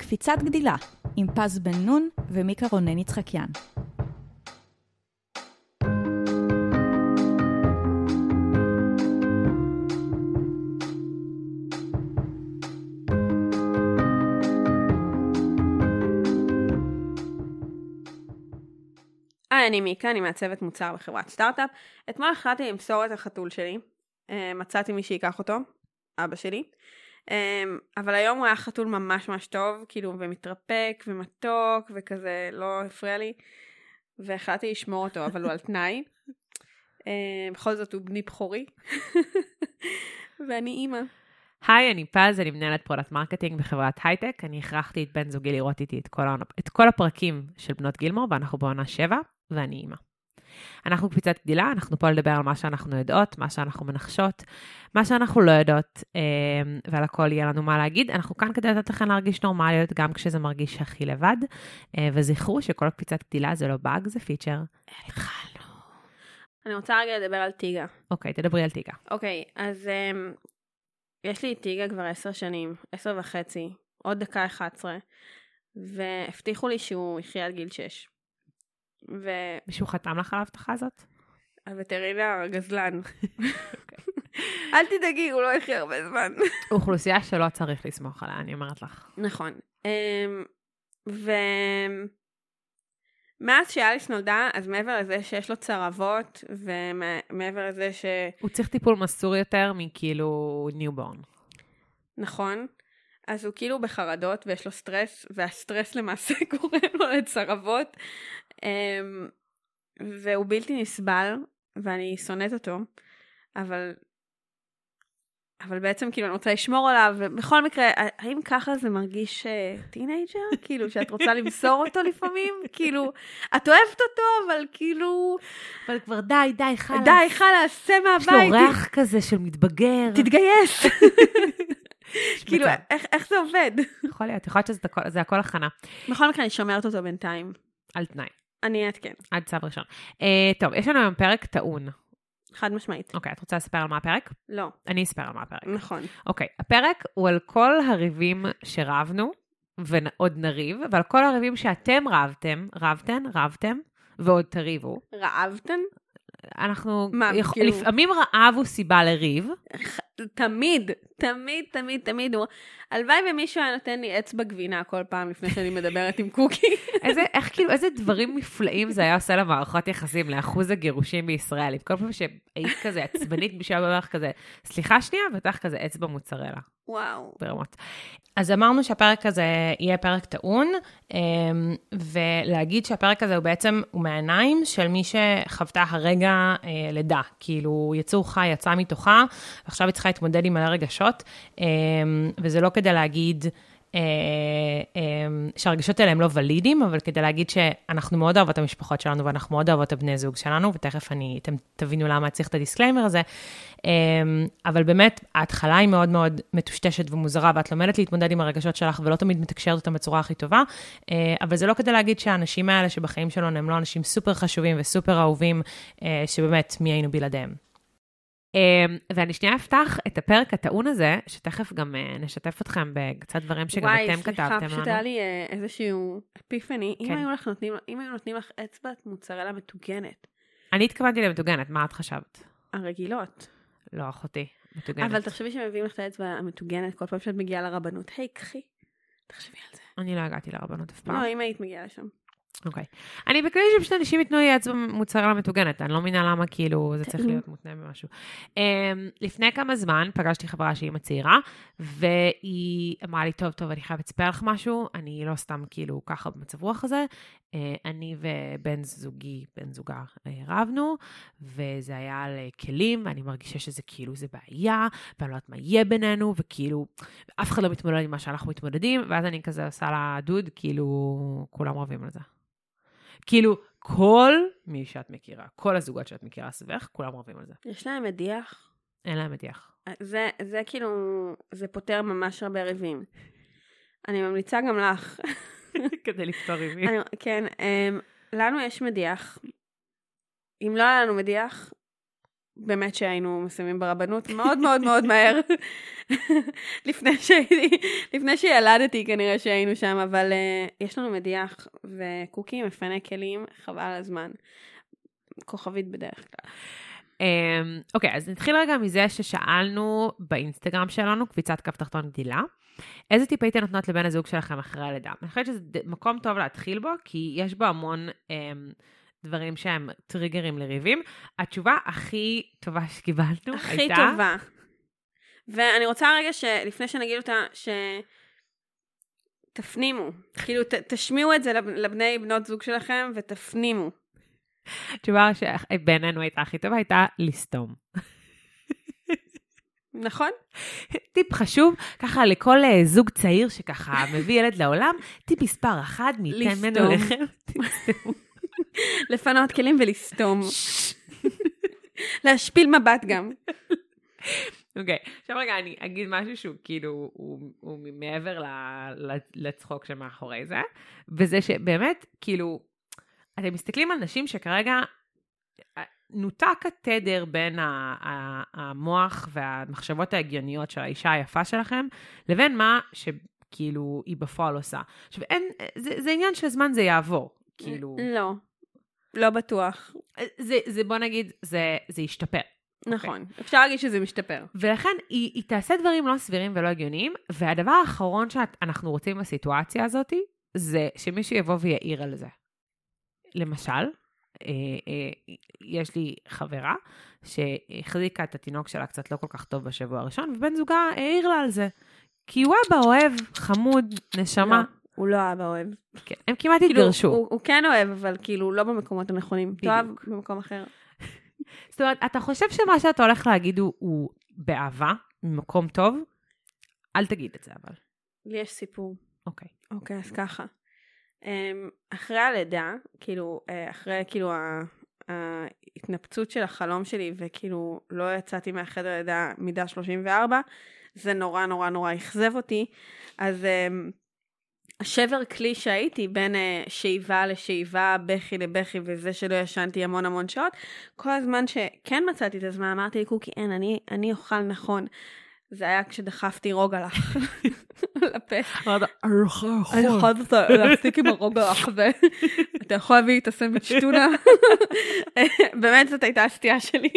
קפיצת גדילה, עם פז בן נון ומיקה רונן יצחקיאן. אני מיקה, אני מעצבת מוצר בחברת סטארט-אפ. אתמול החלטתי למסור את החתול שלי. מצאתי מי שיקח אותו, אבא שלי. אבל היום הוא היה חתול ממש ממש טוב, כאילו, ומתרפק ומתוק וכזה, לא הפריע לי. והחלטתי לשמור אותו, אבל הוא על תנאי. בכל זאת הוא בני בחורי. ואני אימא. היי, אני פז, אני מנהלת פרודקט מרקטינג בחברת הייטק. אני הכרחתי את בן זוגי לראות איתי את כל הפרקים של בנות גילמור, ואנחנו בעונה 7, ואני אימא. אנחנו קפיצת גדילה, אנחנו פה לדבר על מה שאנחנו יודעות, מה שאנחנו מנחשות, מה שאנחנו לא יודעות, ועל הכל יהיה לנו מה להגיד. אנחנו כאן כדי לתת לכם להרגיש נורמליות, גם כשזה מרגיש הכי לבד, וזכרו שכל קפיצת גדילה זה לא באג, זה פיצ'ר. התחלנו. אני רוצה רגע לדבר על טיגה. אוקיי, תדברי על טיגה. אוקיי, אז יש לי טיגה כבר 10 שנים, 10.5, עוד דקה 11, והבטיחו לי שהוא יחיה עד גיל 6. מישהו חתם לך על ההבטחה הזאת? הווטרינר, גזלן. אל תדאגי, הוא לא יחיה הרבה זמן. אוכלוסייה שלא צריך לסמוך עליה, אני אומרת לך. נכון. מאז שאליס נולדה, אז מעבר לזה שיש לו צרבות, ומעבר לזה הוא צריך טיפול מסור יותר מכאילו ניובורן. נכון. אז הוא כאילו בחרדות, ויש לו סטרס, והסטרס למעשה קורא לו לצרבות, והוא בלתי נסבל, ואני שונאת אותו, אבל בעצם כאילו אני רוצה לשמור עליו, ובכל מקרה, האם ככה זה מרגיש טינאג'ר? כאילו שאת רוצה למסור אותו לפעמים? כאילו, את אוהבת אותו, אבל כאילו... אבל כבר די, חלאס. די, חלאס, צא מהבית. יש לו ריח כזה של מתבגר. תתגייס. כאילו, איך זה עובד? יכול להיות שזה הכל הכנה. בכל מקרה, אני שומרת אותו בינתיים. על תנאי. אני אעדכן. עד צו ראשון. טוב, יש לנו היום פרק טעון. חד משמעית. אוקיי, את רוצה לספר על מה הפרק? לא. אני אספר על מה הפרק. נכון. אוקיי, הפרק הוא על כל הריבים שרבנו, ועוד נריב, ועל כל הריבים שאתם רבתם, ועוד תריבו. רעבתן? אנחנו, כאילו... לפעמים רעב הוא סיבה לריב. תמיד הוא. הלוואי ומישהו היה נותן לי אצבע גבינה כל פעם לפני שאני מדברת עם קוקי. איזה דברים מפלאים זה היה עושה למערכות יחסים, לאחוז הגירושים בישראל. כל פעם שהיית כזה עצבנית בשביל בברך כזה, סליחה שנייה, ותך כזה אצבע מוצרלה. וואו. ברמות. אז אמרנו שהפרק הזה יהיה פרק טעון, ולהגיד שהפרק הזה הוא בעצם, הוא מהעיניים של מי שחוותה הרגע לידה. כאילו, יצור חי יצא מתוכה, ועכשיו היא צריכה להתמודד עם מלא רגשות, וזה לא כדי להגיד שהרגשות האלה הם לא ולידים, אבל כדי להגיד שאנחנו מאוד אוהבות את המשפחות שלנו, ואנחנו מאוד אוהבות את הבני זוג שלנו, ותכף אתם תבינו למה צריך את הדיסקליימר הזה, אבל באמת, ההתחלה היא מאוד מאוד מטושטשת ומוזרה, ואת לומדת להתמודד עם הרגשות שלך, ולא תמיד מתקשרת אותם בצורה הכי טובה, אבל זה לא כדי להגיד שהאנשים האלה שבחיים שלנו הם לא אנשים סופר חשובים וסופר אהובים, שבאמת מי היינו בלעדיהם. ואני שנייה אפתח את הפרק הטעון הזה, שתכף גם נשתף אתכם בקצת דברים שגם אתם כתבתם לנו. וואי, סליחה, פשוט היה לי איזשהו אפיפני. אם היו נותנים לך אצבע מוצרלה מטוגנת. אני התכוונתי למטוגנת, מה את חשבת? הרגילות. לא, אחותי, מטוגנת. אבל תחשבי שמביאים לך את האצבע המטוגנת כל פעם שאת מגיעה לרבנות. היי, קחי, תחשבי על זה. אני לא הגעתי לרבנות אף פעם. לא, אם היית מגיעה לשם. אוקיי. אני בכלל שפשוט אנשים יתנו לי אצבע מוצרלה מטוגנת, אני לא מבינה למה כאילו זה צריך להיות מותנה במשהו. לפני כמה זמן פגשתי חברה שהיא מצעירה, והיא אמרה לי, טוב, אני חייבת לספר לך משהו, אני לא סתם כאילו ככה במצב רוח הזה, אני ובן זוגה רבנו, וזה היה על כלים, ואני מרגישה שזה כאילו זה בעיה, ואני לא יודעת מה יהיה בינינו, וכאילו אף אחד לא מתמודד עם מה שאנחנו מתמודדים, ואז אני כזה עושה לה דוד, כאילו כולם רבים על זה. כאילו, כל מי שאת מכירה, כל הזוגות שאת מכירה סביבך, כולם רבים על זה. יש להם מדיח? אין להם מדיח. זה כאילו, זה פותר ממש הרבה ריבים. אני ממליצה גם לך. כדי לפתור ריבים. כן, לנו יש מדיח. אם לא היה לנו מדיח, באמת שהיינו מסיימים ברבנות מאוד מאוד מאוד מהר. לפני שילדתי כנראה שהיינו שם, אבל יש לנו מדיח וקוקי מפנה כלים, חבל על הזמן. כוכבית בדרך כלל. אוקיי, אז נתחיל רגע מזה ששאלנו באינסטגרם שלנו, קביצת כף תחתון גדילה, איזה טיפ הייתם נותנות לבן הזוג שלכם אחרי הלידה? אני חושבת שזה מקום טוב להתחיל בו, כי יש בו המון דברים שהם טריגרים לריבים. התשובה הכי טובה שקיבלנו הייתה... הכי טובה. ואני רוצה רגע לפני שנגיד אותה, שתפנימו. כאילו, תשמיעו את זה לבני בנות זוג שלכם, ותפנימו. התשובה שבינינו הייתה הכי טובה, הייתה לסתום. נכון? טיפ חשוב, ככה לכל זוג צעיר שככה מביא ילד לעולם, טיפ מספר 1, ניתן ממנו לכם, תסתמו. לפנות כלים ולסתום. להשפיל מבט גם. אוקיי, עכשיו רגע, אני אגיד משהו שהוא כאילו, הוא מעבר לצחוק שמאחורי זה, וזה שבאמת, כאילו, אתם מסתכלים על נשים שכרגע נותק התדר בין המוח והמחשבות ההגיוניות של האישה היפה שלכם, לבין מה שכאילו היא בפועל עושה. עכשיו, זה עניין של זמן זה יעבור, כאילו... לא בטוח. בוא נגיד, זה ישתפר. נכון, אפשר להגיד שזה משתפר. ולכן היא תעשה דברים לא סבירים ולא הגיוניים, והדבר האחרון שאנחנו רוצים בסיטואציה הזאת, זה שמישהו יבוא ויעיר על זה. למשל, יש לי חברה שהחזיקה את התינוק שלה קצת לא כל כך טוב בשבוע הראשון, ובן זוגה העיר לה על זה. כי הוא אבא אוהב, חמוד, נשמה. לא, הוא לא אבא אוהב. כן, הם כמעט התגרשו. הוא כן אוהב, אבל כאילו לא במקומות הנכונים. תאהב במקום אחר. זאת אומרת, אתה חושב שמה שאתה הולך להגיד הוא באהבה, ממקום טוב? אל תגיד את זה, אבל. לי יש סיפור. אוקיי, אז ככה. אחרי הלידה, כאילו, אחרי כאילו ההתנפצות של החלום שלי, וכאילו לא יצאתי מהחדר לידה מידה 34, זה נורא נורא נורא אכזב אותי. אז השבר כלי שהייתי בין שאיבה לשאיבה, בכי לבכי, וזה שלא ישנתי המון המון שעות, כל הזמן שכן מצאתי את הזמן, אמרתי לי, קוקי, אין, אני אוכל נכון. זה היה כשדחפתי רוגלח לפה. אני יכולת להפסיק עם הרוגלח הזה. אתה יכול להביא את הסנדוויץ' טונה. באמת זאת הייתה הסטייה שלי.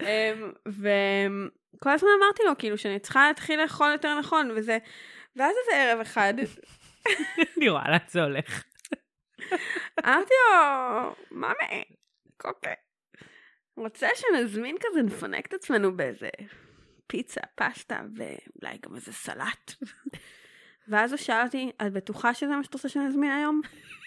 וכל הזמן אמרתי לו, כאילו, שאני צריכה להתחיל לאכול יותר נכון, וזה... ואז איזה ערב אחד... אני רואה לאן זה הולך. אמרתי לו, מאמי, קוקי, רוצה שנזמין כזה, נפנק את עצמנו באיזה פיצה, פסטה, ואולי גם איזה סלט. ואז הוא שאל אותי, את בטוחה שזה מה שאת רוצה שנזמין היום?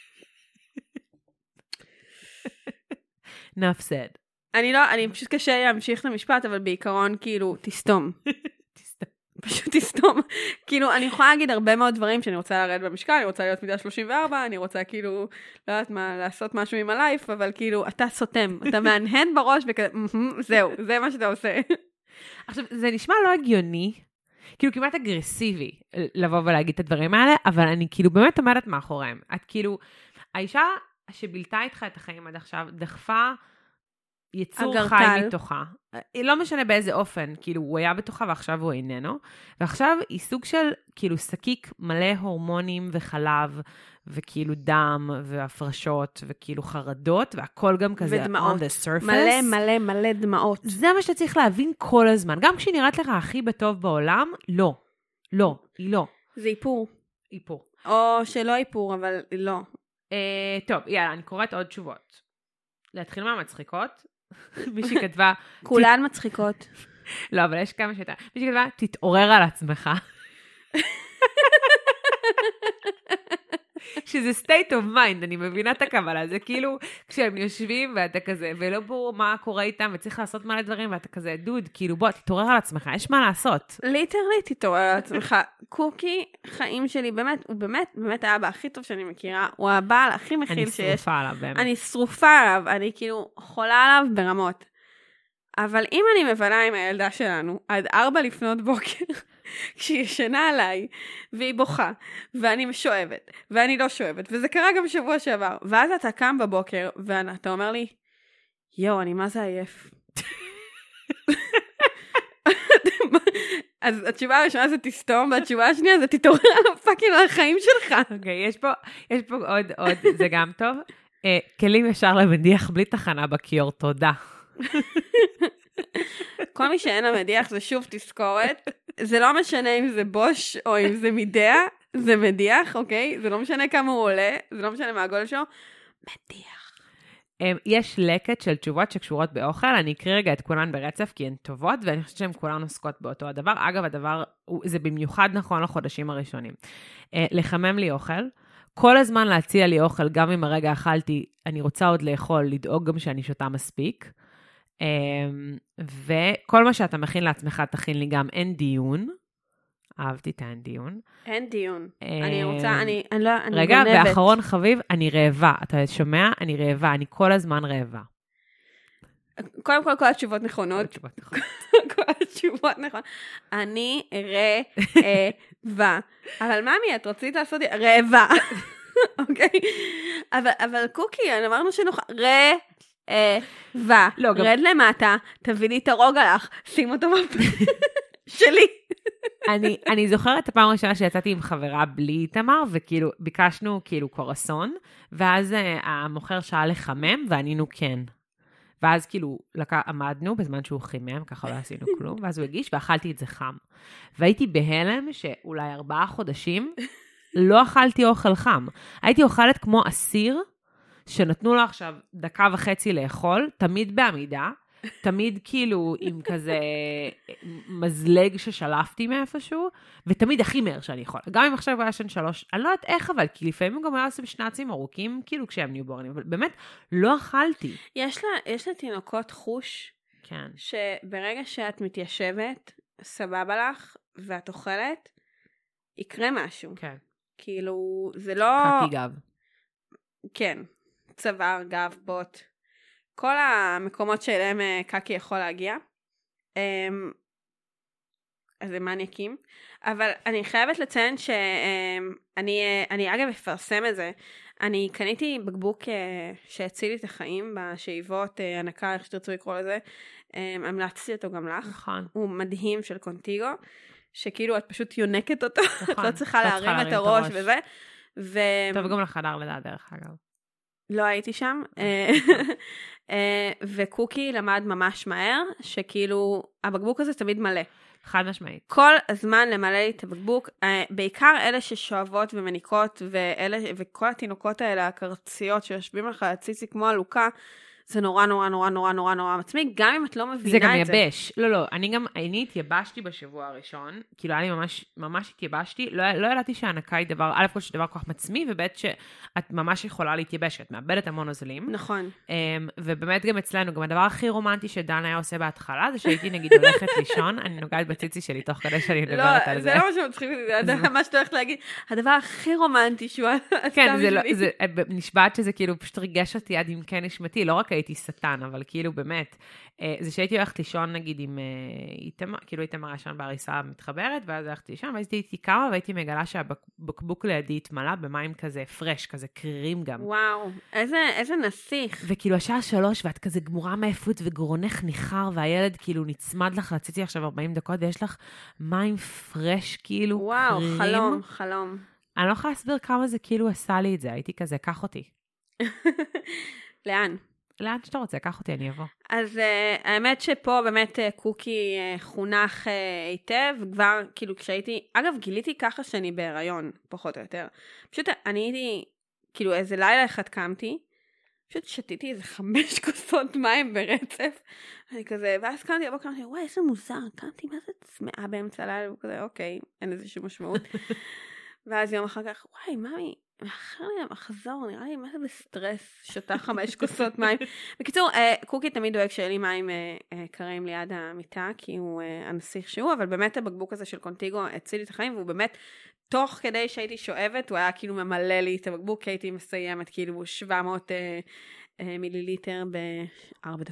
Enough said. אני פשוט קשה להמשיך את המשפט, אבל בעיקרון, כאילו, תסתום. פשוט תסתום. כאילו, אני יכולה להגיד הרבה מאוד דברים שאני רוצה לרדת במשקל, אני רוצה להיות מידה 34, אני רוצה כאילו, לא יודעת מה, לעשות משהו עם הלייף, אבל כאילו, אתה סותם, אתה מהנהן בראש, וכזה, זהו, זה מה שאתה עושה. עכשיו, זה נשמע לא הגיוני, כאילו כמעט אגרסיבי לבוא ולהגיד את הדברים האלה, אבל אני כאילו באמת עומדת מאחוריהם. את כאילו, האישה שבילתה איתך את החיים עד עכשיו, דחפה יצור חי מתוכה. לא משנה באיזה אופן, כאילו הוא היה בתוכה ועכשיו הוא איננו, ועכשיו היא סוג של כאילו סקיק מלא הורמונים וחלב, וכאילו דם והפרשות, וכאילו חרדות, והכל גם כזה ודמעות. on the surface. מלא מלא מלא דמעות. זה מה שאתה צריך להבין כל הזמן. גם כשהיא נראית לך הכי בטוב בעולם, לא. לא, היא לא. זה איפור. איפור. או שלא איפור, אבל לא. טוב, יאללה, אני קוראת עוד תשובות. להתחיל מהמצחיקות. מישהי כתבה... כולן מצחיקות. לא, אבל יש כמה שיותר. מישהי כתבה, תתעורר על עצמך. שזה state of mind, אני מבינה את הקבלה, זה כאילו כשהם יושבים ואתה כזה, ולא ברור מה קורה איתם, וצריך לעשות מלא דברים, ואתה כזה, דוד, כאילו בוא, תתעורר על עצמך, יש מה לעשות. ליטרלי תתעורר על עצמך. קוקי, חיים שלי, באמת, הוא באמת האבא הכי טוב שאני מכירה, הוא הבעל הכי מכיל שיש. אני שרופה עליו, באמת. אני שרופה עליו, אני כאילו חולה עליו ברמות. אבל אם אני מבנה עם הילדה שלנו, עד 4 לפנות בוקר, כשהיא ישנה עליי, והיא בוכה, ואני משואבת, ואני לא שואבת, וזה קרה גם בשבוע שעבר, ואז אתה קם בבוקר, ואתה אומר לי, יו, אני מה זה עייף? אז התשובה הראשונה זה תסתום, והתשובה השנייה זה תתעורר על הפאקינג על החיים שלך. אוקיי, יש פה עוד, זה גם טוב. כלים ישר למדיח בלי תחנה בכיור, תודה. כל מי שאין למדיח זה שוב תזכורת. זה לא משנה אם זה בוש או אם זה מידע, זה מדיח, אוקיי? זה לא משנה כמה הוא עולה, זה לא משנה מה הגודל שלו. מדיח. יש לקט של תשובות שקשורות באוכל, אני אקריא רגע את כולן ברצף, כי הן טובות, ואני חושבת שהן כולן עוסקות באותו הדבר. אגב, הדבר, זה במיוחד נכון לחודשים הראשונים. לחמם לי אוכל, כל הזמן להציע לי אוכל, גם אם הרגע אכלתי, אני רוצה עוד לאכול, לדאוג גם שאני שותה מספיק, וכל מה שאתה מכין לעצמך, תכין לי גם אין דיון, אהבתי את האין דיון. אין דיון. אני רוצה, אני לא, אני רגע, גונבת. ואחרון חביב, אני רעבה. אתה שומע? אני רעבה. אני כל הזמן רעבה. קודם כל התשובות נכונות. כל התשובות נכונות. אני רעבה. אבל ממי, את רצית לעשות רעבה. אוקיי? אבל קוקי, אמרנו שנוכל, רעבה. רד למטה, תביא לי את הרוגלח, שים אותו שלי. אני זוכרת את הפעם הראשונה שיצאתי עם חברה בלי תמר, וכאילו ביקשנו כאילו קורסון, ואז המוכר שאל לחמם, וענינו כן. ואז כאילו עמדנו בזמן שהוא חימם, ככה לא עשינו כלום, ואז הוא הגיש, ואכלתי את זה חם. והייתי בהלם שאולי 4 חודשים לא אכלתי אוכל חם. הייתי אוכלת כמו אסיר, שנתנו לו עכשיו 1.5 דקות לאכול, תמיד בעמידה, תמיד כאילו עם כזה מזלג ששלפתי מאיפשהו, ותמיד הכי מהר שאני יכולה. גם אם עכשיו היה שן 3, אני לא יודעת איך אבל, כי לפעמים גם היה עושה שנצים ארוכים, כאילו כשהם ניובורנים, אבל באמת לא אכלתי. יש לתינוקות חוש, כן. שברגע שאת מתיישבת, סבבה לך, ואת אוכלת, יקרה משהו. כן. כאילו, זה לא... קקי גב. כן. צוואר, גב, בוט. כל המקומות שאליהם קקי יכול להגיע. אז זה מניאקים. אבל אני חייבת לציין שאני אגב אפרסם את זה. אני קניתי בקבוק שהציל לי את החיים בשאיבות הנקה, איך שתרצו לקרוא לזה. המלצתי אותו גם לך. נכון. הוא מדהים של קונטיגו. שכאילו את פשוט יונקת אותו. נכון. את לא צריכה להרים את הראש וזה. טוב גם לחדר לידה דרך אגב. לא הייתי שם. וקוקי למד ממש מהר, שכאילו הבקבוק הזה תמיד מלא. חד משמעית. כל הזמן למלא לי את הבקבוק, בעיקר אלה ששואבות ומניקות, וכל התינוקות האלה, הקרציות שיושבים לך הציצי כמו הלוקה, זה נורא נורא נורא נורא נורא נורא מצמי, גם אם את לא מבינה את זה. זה גם יבש. לא, אני התייבשתי בשבוע הראשון, כאילו היה לי ממש התייבשתי, לא ידעתי שהענקה היא דבר, א' כל שדבר כל כך מצמי, וב' שאת ממש יכולה להתייבש, את מאבדת המון נוזלים. נכון. ובאמת גם אצלנו, גם הדבר הכי רומנטי שדן היה עושה בהתחלה, זה שהייתי נגיד הולכת לישון, אני נוגעת בציצי שלי תוך כדי שאני מדברת על זה. לא, זה לא מה שמצחיק, זה מה שאתה הולכת להגיד, הדבר הכי רומנטי שהוא כן, זה נשבעת שזה כאילו פשוט ריגש אותי עד עמקי נשמתי, לא רק הייתי שטן, אבל כאילו באמת, זה שהייתי הולכת לישון נגיד עם איתמר, כאילו איתמר ישן בהריסה מתחברת, ואז הלכתי לישון, ואז הייתי קמה, והייתי מגלה שהבקבוק לידי התמלא במים כזה פרש, כזה קרירים גם. וואו, איזה נסיך. וכאילו השעה 3, ואת כזה גמורה מעפות, וגרונך ניחר, והילד כאילו נצמד לך, רציתי עכשיו 40 דקות, ויש לך מים פרש כאילו וואו, קרירים. וואו, חלום. אני לא יכולה להסביר כמה זה כאילו עשה לי את זה, הייתי כזה, קח אותי. לאן? לאן שאתה רוצה, קח אותי, אני אבוא. אז האמת שפה באמת קוקי חונך היטב, כבר כאילו כשהייתי, אגב גיליתי ככה שאני בהיריון, פחות או יותר. פשוט אני הייתי, כאילו איזה לילה אחד קמתי, פשוט שתיתי איזה 5 כוסות מים ברצף, אני כזה, ואז קמתי הבוקר, אמרתי, וואי, איזה מוזר, קמתי, מה זה צמאה באמצע לילה, וכזה, אוקיי, אין לזה שום משמעות. ואז יום אחר כך, וואי, ממי, מאחר לי המחזור, נראה לי מה זה בסטרס, שותה 5 כוסות מים. בקיצור, קוקי תמיד דואג שיהיה לי מים קרים ליד המיטה, כי הוא הנסיך שהוא, אבל באמת הבקבוק הזה של קונטיגו הציל לי את החיים, והוא באמת, תוך כדי שהייתי שואבת, הוא היה כאילו ממלא לי את הבקבוק, הייתי מסיימת כאילו 700 מיליליטר ב4 דקות.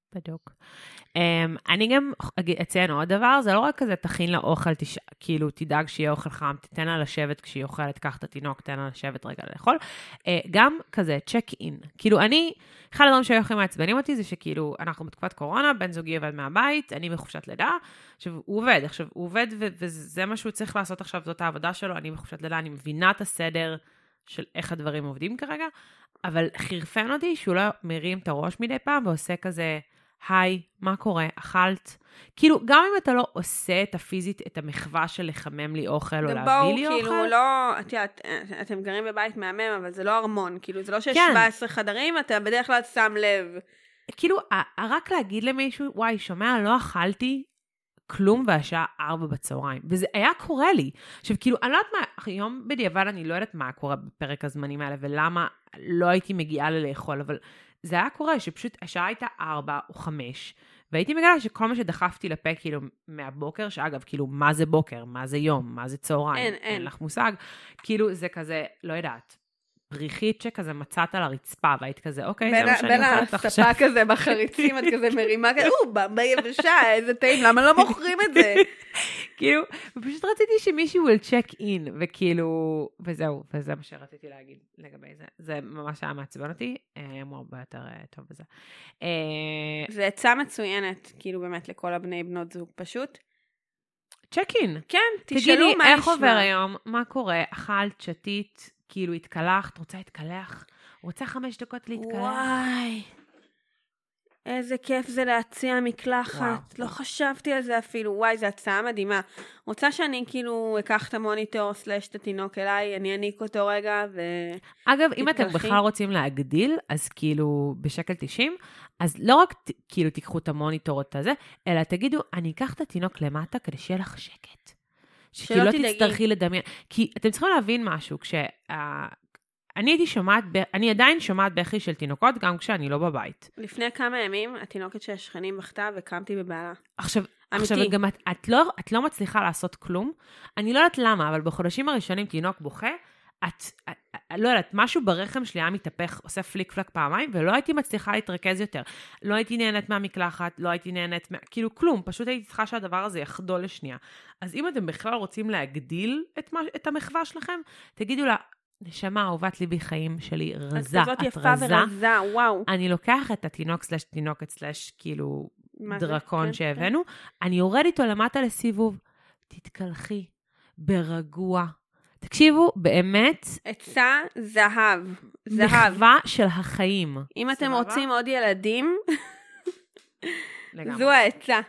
בדיוק. אני גם אציין עוד דבר, זה לא רק כזה תכין לה אוכל, כאילו תדאג שיהיה אוכל חם, תתן לה לשבת כשהיא אוכלת, קח את התינוק, תן לה לשבת רגע לאכול. גם כזה צ'ק אין. כאילו אחד הדברים שהיו הכי מעצבנים אותי זה שכאילו אנחנו בתקופת קורונה, בן זוגי עובד מהבית, אני בחופשת לידה, עכשיו הוא עובד וזה מה שהוא צריך לעשות עכשיו, זאת העבודה שלו, אני בחופשת לידה, אני מבינה את הסדר של איך הדברים עובדים כרגע, אבל חירפן אותי שהוא לא מרים את הראש מדי פעם ועושה כזה, היי, מה קורה? אכלת? כאילו, גם אם אתה לא עושה את הפיזית, את המחווה של לחמם לי אוכל או להביא לי אוכל. כאילו, לא, אתם גרים בבית מהמם, אבל זה לא ארמון, כאילו, זה לא שיש 17 חדרים, אתה בדרך כלל שם לב. כאילו, רק להגיד למישהו, וואי, שומע, לא אכלתי כלום והשעה 4 בצהריים. וזה היה קורה לי. עכשיו, כאילו, אני לא יודעת מה, היום בדיעבד אני לא יודעת מה קורה בפרק הזמנים האלה, ולמה לא הייתי מגיעה לאכול, אבל זה היה קורה שפשוט השעה הייתה 4 או 5, והייתי מגלה שכל מה שדחפתי לפה, כאילו, מהבוקר, שאגב, כאילו, מה זה בוקר? מה זה יום? מה זה צהריים? אין לך מושג. כאילו, זה כזה, לא יודעת, פריחית שכזה מצאת על הרצפה, והיית כזה, אוקיי, זה מה שאני אוכלת עכשיו. בין הספה כזה בחריצים, את כזה מרימה כזה, במבה יבשה, איזה טעים, למה לא מוכרים את זה? כאילו, ופשוט רציתי שמישהו will check in, וכאילו, וזהו, וזה מה שרציתי להגיד לגבי זה. זה ממש היה מעצבן אותי, הוא הרבה יותר טוב בזה. זה עצה מצוינת, כאילו באמת לכל הבני בנות זוג פשוט. check in. כן, תשאלו תגידי, מה איך עובר היום, מה קורה, אכלת, שתית, כאילו התקלחת, רוצה להתקלח? רוצה 5 דקות להתקלח? וואי, איזה כיף זה להציע מקלחת. לא חשבתי על זה אפילו. וואי, זו הצעה מדהימה. רוצה שאני כאילו אקח את המוניטור סלש את התינוק אליי, אני אניק אותו רגע אגב, אם אתם בכלל רוצים להגדיל, אז כאילו בשקל 90, אז לא רק כאילו תיקחו את המוניטור את הזה, אלא תגידו, אני אקח את התינוק למטה כדי שיהיה לך שקט. שכאילו לא תצטרכי לדמיין. כי אתם צריכים להבין משהו, אני עדיין שומעת בכי של תינוקות, גם כשאני לא בבית. לפני כמה ימים, התינוקת של השכנים בכתה וקמתי בבעלה. עכשיו גם את לא מצליחה לעשות כלום. אני לא יודעת למה, אבל בחודשים הראשונים תינוק בוכה, לא יודעת, משהו ברחם שלי היה מתהפך, עושה פליק פלק פעמיים, ולא הייתי מצליחה להתרכז יותר. לא הייתי נהנית מהמקלחת, לא הייתי נהנית, כאילו כלום, פשוט הייתי צריכה שהדבר הזה יחדול לשנייה. אז אם אתם בכלל רוצים להגדיל את המחווה שלכם, תגידו לה, נשמה, אהובת ליבי חיים שלי, רזה, את יפה ורזה, וואו. אני לוקח את התינוק סלש תינוקת סלש כאילו דרקון שהבאנו, אני יורד איתו למטה לסיבוב, תתקלחי, ברגוע. תקשיבו, באמת. עצה זהב. מחווה של החיים. אם אתם רוצים עוד ילדים, זו העצה.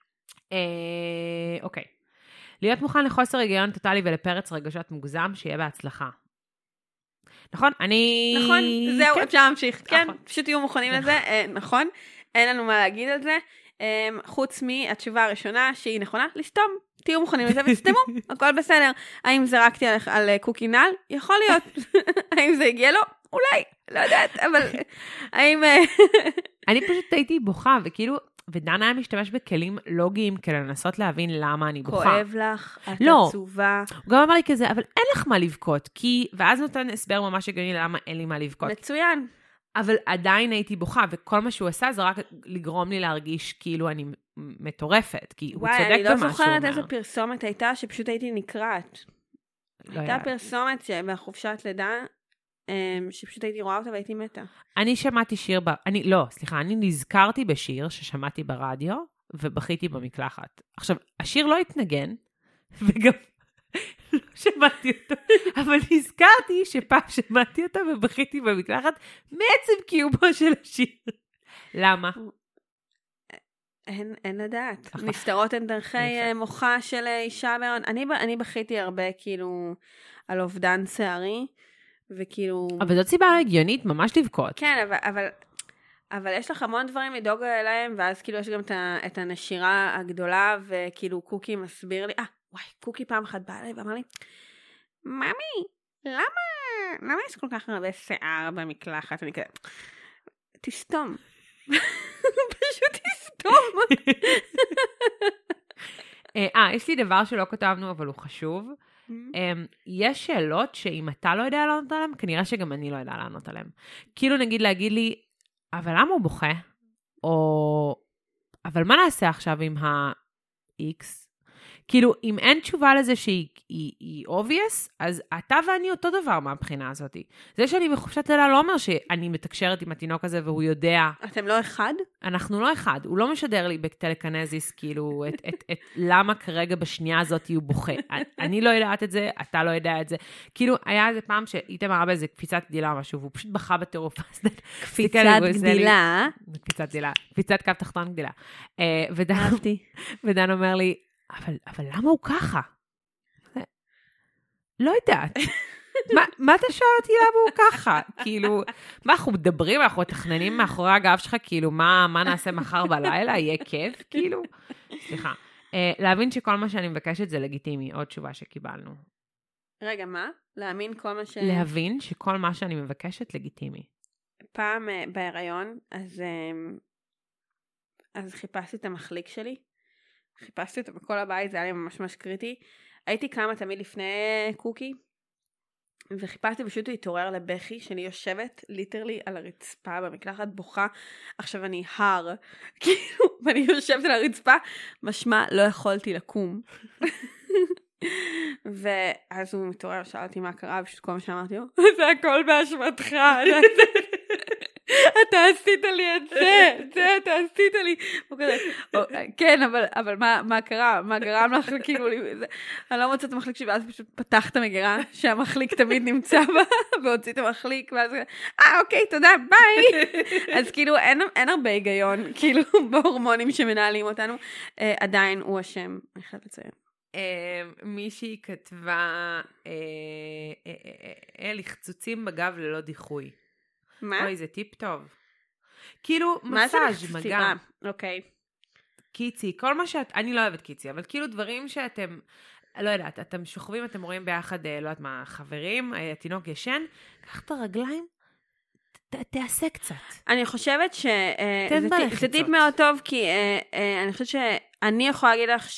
אוקיי. להיות מוכן לחוסר היגיון טוטלי ולפרץ רגשות מוגזם, שיהיה בהצלחה. נכון? נכון, זהו, אפשר להמשיך. כן, פשוט יהיו מוכנים לזה. נכון, אין לנו מה להגיד על זה. חוץ מהתשובה הראשונה, שהיא נכונה, לסתום. תהיו מוכנים לזה וסתמו, הכל בסדר. האם זרקתי על קוקי נעל? יכול להיות. האם זה הגיע לו? אולי, לא יודעת, אבל האם... אני פשוט הייתי בוכה, וכאילו, ודנה היה משתמש בכלים לוגיים כדי לנסות להבין למה אני בוכה. כואב לך, את עצובה. הוא גם אמר לי כזה, אבל אין לך מה לבכות, ואז נותן הסבר ממש הגיוני למה אין לי מה לבכות. מצוין. אבל עדיין הייתי בוכה, וכל מה שהוא עשה זה רק לגרום לי להרגיש כאילו אני מטורפת, כי הוא צודק במה שהוא אומר. וואי, אני לא זוכרת איזה פרסומת הייתה, שפשוט הייתי נקראת. הייתה פרסומת שבחופשת לידה, שפשוט הייתי רואה אותה והייתי מתה. אני שמעתי שיר, אני נזכרתי בשיר ששמעתי ברדיו, ובכיתי במקלחת. עכשיו, השיר לא התנגן, וגם לא שמעתי אותו, אבל נזכרתי שפעם שמעתי אותו ובכיתי במקלחת, מעצם קיומו של השיר. למה? אין לדעת. נסתרות הן דרכי מוחה של אישה בהיריון. אני בכיתי הרבה כאילו על אובדן שערי, וכאילו... אבל זאת סיבה הגיונית, ממש לבכות. כן, אבל יש לך המון דברים לדאוג אליהם, ואז כאילו יש גם את הנשירה הגדולה, וכאילו קוקי מסביר לי, וואי, קוקי פעם אחת באה אליי ואמר לי, ממי, למה יש כל כך הרבה שיער במקלחת? אני כזה, תסתום. פשוט תסתום. יש לי דבר שלא כתבנו, אבל הוא חשוב. יש שאלות שאם אתה לא יודע לענות עליהן, כנראה שגם אני לא יודע לענות עליהן. כאילו נגיד להגיד לי, אבל למה הוא בוכה? אבל מה נעשה עכשיו עם ה-X? כאילו, אם אין תשובה לזה שהיא obvious, אז אתה ואני אותו דבר מהבחינה הזאת. זה שאני בחופשת לילה לא אומר שאני מתקשרת עם התינוק הזה והוא יודע... אתם לא אחד? אנחנו לא אחד. הוא לא משדר לי בטלקנזיס, כאילו, למה כרגע בשנייה הזאת הוא בוכה. אני לא יודעת את זה, אתה לא יודע את זה. כאילו, היה איזה פעם שהייתם הרבה איזה קפיצת גדילה או משהו, והוא פשוט בכה בטירוף. קפיצת גדילה? קפיצת גדילה. קפיצת קו תחתון גדילה. אהבתי. ודן אומר לי, אבל למה הוא ככה? לא יודעת. מה אתה שואל אותי למה הוא ככה? כאילו, מה אנחנו מדברים, אנחנו מתכננים מאחורי הגב שלך, כאילו, מה נעשה מחר בלילה? יהיה כיף? כאילו, סליחה. להבין שכל מה שאני מבקשת זה לגיטימי, עוד תשובה שקיבלנו. רגע, מה? להבין שכל מה שאני מבקשת לגיטימי. פעם בהיריון, אז חיפשתי את המחליק שלי. חיפשתי אותו בכל הבית, זה היה לי ממש ממש קריטי. הייתי קמה תמיד לפני קוקי, וחיפשתי פשוט להתעורר לבכי, שאני יושבת ליטרלי על הרצפה, במקלחת בוכה, עכשיו אני הר, כאילו, ואני יושבת על הרצפה, משמע לא יכולתי לקום. ואז הוא מתעורר, שאל אותי מה קרה, ופשוט כל מה שאמרתי לו, זה הכל באשמתך, אתה עשית לי את זה, אתה עשית לי. כן, אבל מה קרה? מה גרם לך? כאילו, אני לא מוצאת את המחליק שלי, ואז פשוט פתח את המגירה, שהמחליק תמיד נמצא בה, והוציא את המחליק, ואז אוקיי, תודה, ביי. אז כאילו, אין הרבה היגיון, כאילו, בהורמונים שמנהלים אותנו. עדיין הוא השם, אני חייבת לציין. מישהי כתבה, לחצוצים בגב ללא דיחוי. מה? אוי, זה טיפ טוב. כאילו, מסאז' מגע. אוקיי. קיצי, כל מה אני לא אוהבת קיצי, אבל כאילו דברים שאתם, לא יודעת, אתם שוכבים, אתם רואים ביחד, לא יודעת מה, חברים, התינוק ישן, קח את הרגליים, תעשה קצת. אני חושבת זה טיפ מאוד טוב, כי אני חושבת שאני יכולה להגיד לך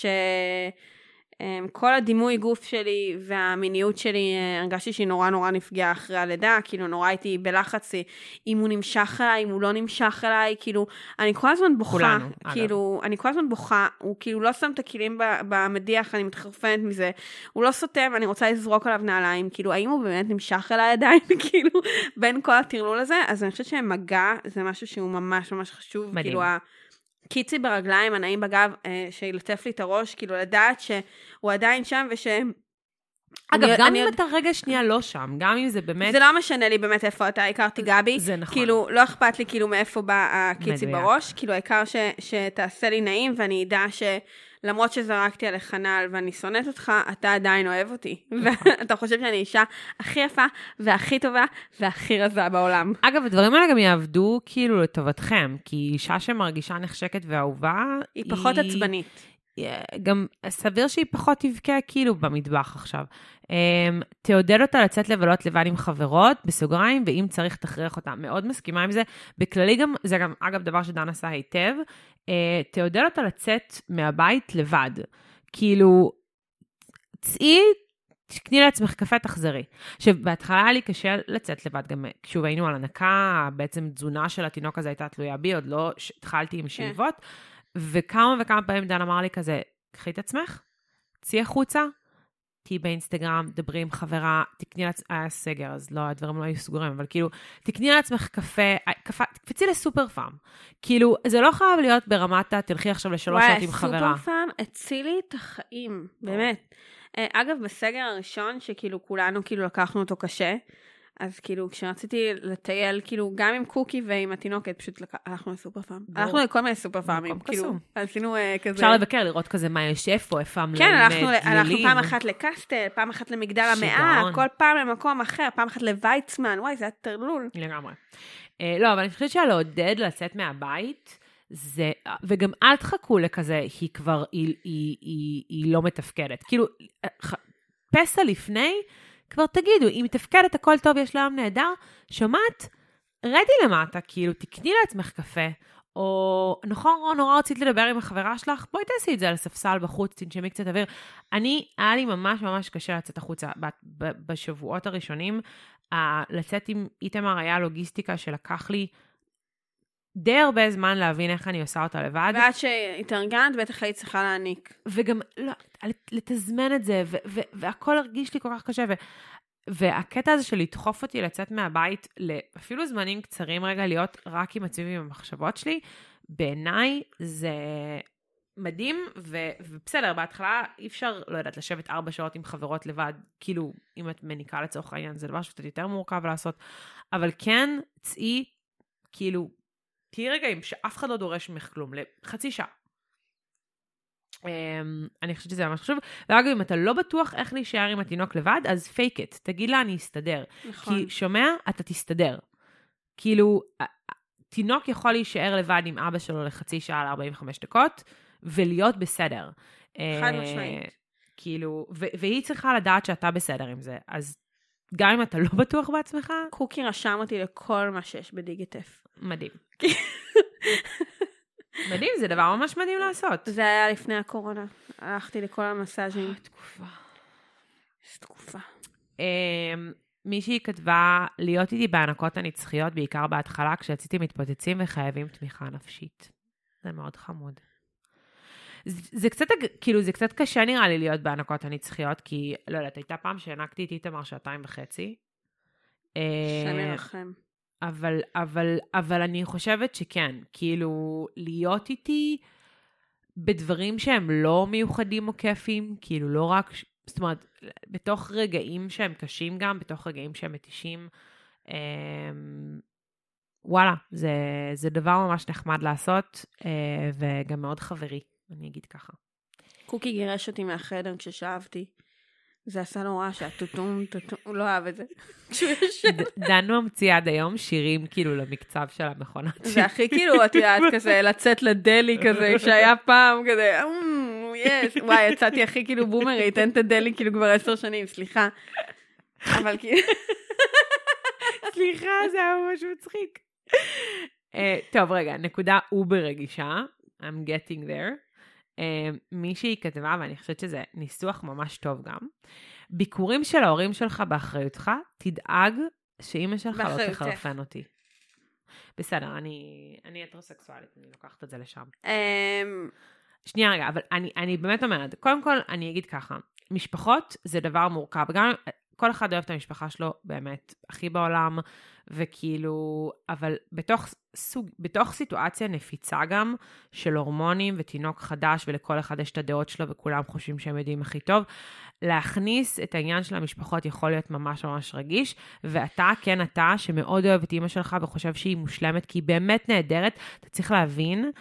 כל הדימוי גוף שלי והמיניות שלי, הרגשתי שהיא נורא נורא נפגעה אחרי הלידה, כאילו נורא הייתי בלחץ, אם הוא נמשך אליי, אם הוא לא נמשך אליי, כאילו, אני כל הזמן בוכה, כולנו, כאילו, אני כל הזמן בוכה, הוא כאילו לא שם את הכלים במדיח, אני מתחרפנת מזה, הוא לא סותם, אני רוצה לזרוק עליו נעליים, כאילו, האם הוא באמת נמשך אליי עדיין, כאילו, בין כל הטרלול הזה, אז אני חושבת שמגע זה משהו שהוא ממש ממש חשוב, מדהים. כאילו, קיצי ברגליים, הנעים בגב, שילטף לי את הראש, כאילו לדעת שהוא עדיין שם אגב, גם אם אתה רגע שנייה לא שם, גם אם זה באמת... זה לא משנה לי באמת איפה אתה, הכרתי גבי. זה נכון. כאילו, לא אכפת לי כאילו מאיפה בא הקיצי בראש, כאילו העיקר שתעשה לי נעים, ואני אדע שלמרות שזרקתי עליך נעל ואני שונאת אותך, אתה עדיין אוהב אותי. ואתה חושב שאני אישה הכי יפה והכי טובה והכי רזה בעולם. אגב, הדברים האלה גם יעבדו כאילו לטובתכם, כי אישה שמרגישה נחשקת ואהובה... היא פחות עצבנית. גם סביר שהיא פחות תבכה כאילו במטבח עכשיו. תעודד אותה לצאת לבלות לבד עם חברות, בסוגריים, ואם צריך תכריח אותה. מאוד מסכימה עם זה. בכללי גם, זה גם אגב דבר שדן עשה היטב, תעודד אותה לצאת מהבית לבד. כאילו, צאי, תקני לעצמך קפה, תחזרי. עכשיו, בהתחלה היה לי קשה לצאת לבד, גם כשוב היינו על הנקה, בעצם תזונה של התינוק הזה הייתה תלויה בי, עוד לא התחלתי עם שאיבות, וכמה וכמה פעמים דן אמר לי כזה, קחי את עצמך, צאי החוצה, תהי באינסטגרם, דברי עם חברה, תקני לעצמך, היה סגר, אז לא, הדברים לא היו סגורים, אבל כאילו, תקני לעצמך קפה, תקפצי לסופר פארם. כאילו, זה לא חייב להיות ברמת, תלכי עכשיו לשלוש שעות עם חברה. סופר פארם הציל לי את החיים, באמת. אגב, בסגר הראשון, שכאילו כולנו כאילו לקחנו אותו קשה, אז כאילו כשרציתי לטייל, כאילו גם עם קוקי ועם התינוקת, פשוט הלכנו לסופר פארם. הלכנו לכל מיני סופר פארמים, כאילו, עשינו כזה... אפשר לבקר, לראות כזה מה יש איפה המלאים. כן, הלכנו פעם אחת לקסטל, פעם אחת למגדל המאה, כל פעם למקום אחר, פעם אחת לויצמן, וואי, זה היה טרלול. לגמרי. לא, אבל אני חושבת שלעודד לצאת מהבית, זה, וגם אל תחכו לכזה, היא כבר, היא לא מתפקדת. כאילו, פסע לפני, כבר תגידו, אם מתפקדת הכל טוב, יש לה נהדר, שומעת, רדי למטה, כאילו, תקני לעצמך קפה, או נכון, נורא רצית לדבר עם החברה שלך, בואי תעשי את זה על הספסל בחוץ, תנשמי קצת אוויר. היה לי ממש ממש קשה לצאת החוצה, בשבועות הראשונים, לצאת עם איתמר היה לוגיסטיקה שלקח לי די הרבה זמן להבין איך אני עושה אותה לבד. ועד שהתארגנת, בטח היית צריכה להעניק. וגם, לא, לתזמן את זה, והכל הרגיש לי כל כך קשה, והקטע הזה של לדחוף אותי לצאת מהבית, אפילו זמנים קצרים רגע, להיות רק עם עצמי ועם המחשבות שלי, בעיניי זה מדהים, ובסדר, בהתחלה אי אפשר, לא יודעת, לשבת 4 שעות עם חברות לבד, כאילו, אם את מניקה לצורך העניין, זה דבר שקצת יותר מורכב לעשות, אבל כן, צאי, כאילו, תהי רגעים שאף אחד לא דורש ממך כלום, לחצי שעה. אני חושבת שזה ממש חשוב, ואגב, אם אתה לא בטוח איך להישאר עם התינוק לבד, אז fake it, תגיד לה אני אסתדר. נכון. כי שומע, אתה תסתדר. כאילו, תינוק יכול להישאר לבד עם אבא שלו לחצי שעה ל-45 דקות, ולהיות בסדר. חד משמעית. כאילו, והיא צריכה לדעת שאתה בסדר עם זה, אז גם אם אתה לא בטוח בעצמך... קוקי רשם אותי לכל מה שיש בדיגיטף. מדהים. מדהים, זה דבר ממש מדהים לעשות. זה היה לפני הקורונה. הלכתי לכל המסאז'ים. תקופה. איזו תקופה. מישהי כתבה להיות איתי בהענקות הנצחיות, בעיקר בהתחלה, כשיציתי מתפוצצים וחייבים תמיכה נפשית. זה מאוד חמוד. זה קצת, כאילו, זה קצת קשה נראה לי להיות בהענקות הנצחיות, כי, לא יודעת, הייתה פעם שהענקתי את איתמר 2.5 שעות. שאני לכם. אבל אני חושבת שכן, כאילו, להיות איתי בדברים שהם לא מיוחדים או כיפים, כאילו, לא רק, זאת אומרת, בתוך רגעים שהם קשים גם, בתוך רגעים שהם מתישים, וואלה, זה דבר ממש נחמד לעשות, וגם מאוד חברי, אני אגיד ככה. קוקי גירש אותי מהחדר כששאבתי. זה עשה לו רע שהטוטום, הוא לא אהב את זה. דנו המציא עד היום שירים כאילו למקצב של המכונת. זה הכי כאילו, את יודעת, כזה לצאת לדלי כזה, שהיה פעם כזה, יס, וואי, יצאתי הכי כאילו בומרית, אין את הדלי כאילו כבר 10 שנים, סליחה. אבל כאילו... סליחה, זה היה ממש מצחיק. טוב, רגע, נקודה אובר רגישה. I'm getting there. מישהי כתבה, ואני חושבת שזה ניסוח ממש טוב גם. ביקורים של ההורים שלך באחריותך, תדאג שאמא שלך לא תחרפן אותי. בסדר, אני הטרוסקסואלית, אני לוקחת את זה לשם. שנייה רגע, אבל אני באמת אומרת, קודם כל אני אגיד ככה, משפחות זה דבר מורכב, גם כל אחד אוהב את המשפחה שלו באמת הכי בעולם, וכאילו, אבל בתוך סיטואציה נפיצה גם של הורמונים ותינוק חדש, ולכל אחד יש את הדעות שלו, וכולם חושבים שהם יודעים הכי טוב, להכניס את העניין של המשפחות יכול להיות ממש ממש רגיש, ואתה, כן אתה, שמאוד אוהב את אמא שלך, וחושב שהיא מושלמת, כי היא באמת נהדרת, אתה צריך להבין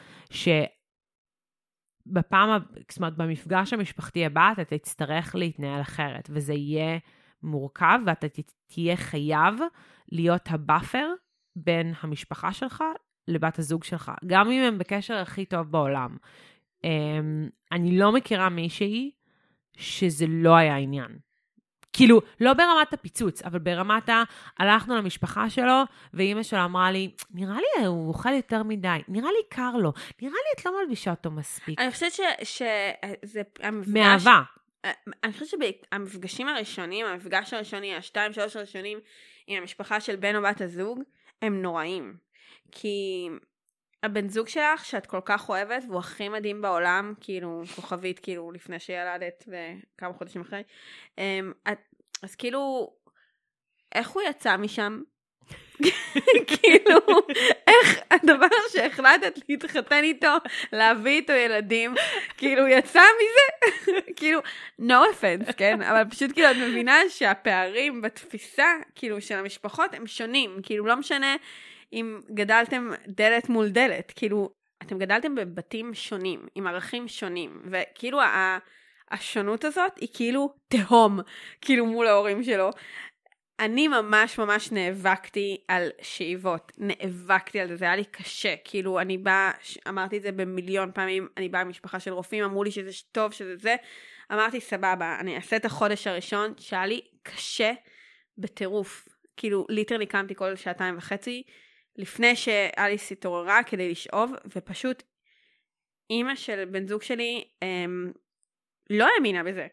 זאת אומרת, במפגש המשפחתי הבא, אתה תצטרך להתנהל אחרת, וזה יהיה מורכב, ואתה תהיה חייב להיות הבאפר בין המשפחה שלך לבת הזוג שלך, גם אם הם בקשר הכי טוב בעולם. אני לא מכירה מישהי שזה לא היה עניין. כאילו, לא ברמת הפיצוץ, אבל ברמת הלכנו למשפחה שלו, ואמא שלו אמרה לי, נראה לי הוא אוכל יותר מדי, נראה לי קר לו, נראה לי את לא מלבישה אותו מספיק. אני חושבת שזה המפגש... מאהבה. אני חושבת שהמפגשים הראשונים, המפגש הראשוני, 2-3 הראשונים עם המשפחה של בן או בת הזוג, הם נוראים. כי הבן זוג שלך, שאת כל כך אוהבת, והוא הכי מדהים בעולם, כאילו, כוכבית, כאילו, לפני שילדת וכמה חודשים אחרי, אז כאילו, איך הוא יצא משם? כאילו, איך הדבר שהחלטת להתחתן איתו, להביא איתו ילדים, כאילו, יצא מזה? כאילו, no offense, כן? אבל פשוט כאילו, את מבינה שהפערים בתפיסה, כאילו, של המשפחות הם שונים. כאילו, לא משנה אם גדלתם דלת מול דלת. כאילו, אתם גדלתם בבתים שונים, עם ערכים שונים. וכאילו, השונות הזאת היא כאילו תהום, כאילו, מול ההורים שלו. אני ממש ממש נאבקתי על שאיבות, נאבקתי על זה, זה היה לי קשה, כאילו אני באה, אמרתי את זה במיליון פעמים, אני באה ממשפחה של רופאים, אמרו לי שזה טוב, שזה זה, אמרתי סבבה, אני אעשה את החודש הראשון, שהיה לי קשה בטירוף, כאילו ליטרלי קמתי כל 2.5 שעות, לפני שאליס התעוררה כדי לשאוב, ופשוט אמא של בן זוג שלי לא האמינה בזה,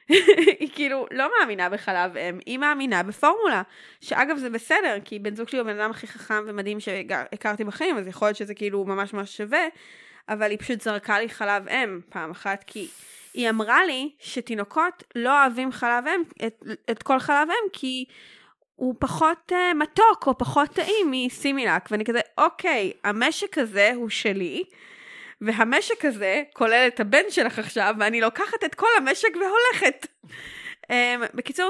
היא כאילו לא מאמינה בחלב אם, היא מאמינה בפורמולה, שאגב זה בסדר, כי בן זוג שלי הוא בן אדם הכי חכם ומדהים שהכרתי בחיים, אז יכול להיות שזה כאילו ממש ממש שווה, אבל היא פשוט זרקה לי חלב אם פעם אחת, כי היא אמרה לי שתינוקות לא אוהבים חלב אם, את כל חלב אם, כי הוא פחות מתוק או פחות טעים מסימילק, ואני כזה, אוקיי, המשק הזה הוא שלי, והמשק הזה כולל את הבן שלך עכשיו, ואני לוקחת את כל המשק והולכת. בקיצור,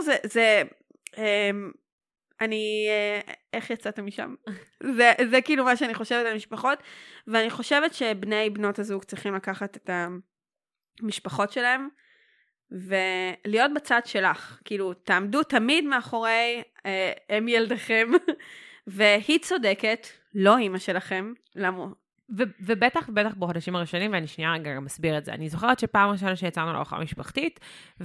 אני, איך יצאת משם? זה כאילו מה שאני חושבת על משפחות, ואני חושבת שבני בנות הזוג צריכים לקחת את המשפחות שלהם, ולהיות בצד שלך. כאילו, תעמדו תמיד מאחורי הם ילדיכם, והיא צודקת, לא אמא שלכם, למה? ובטח בחודשים הראשונים, ואני שנייה רגע גם מסביר את זה. אני זוכרת שפעם ראשונה שיצאנו לארוחה משפחתית,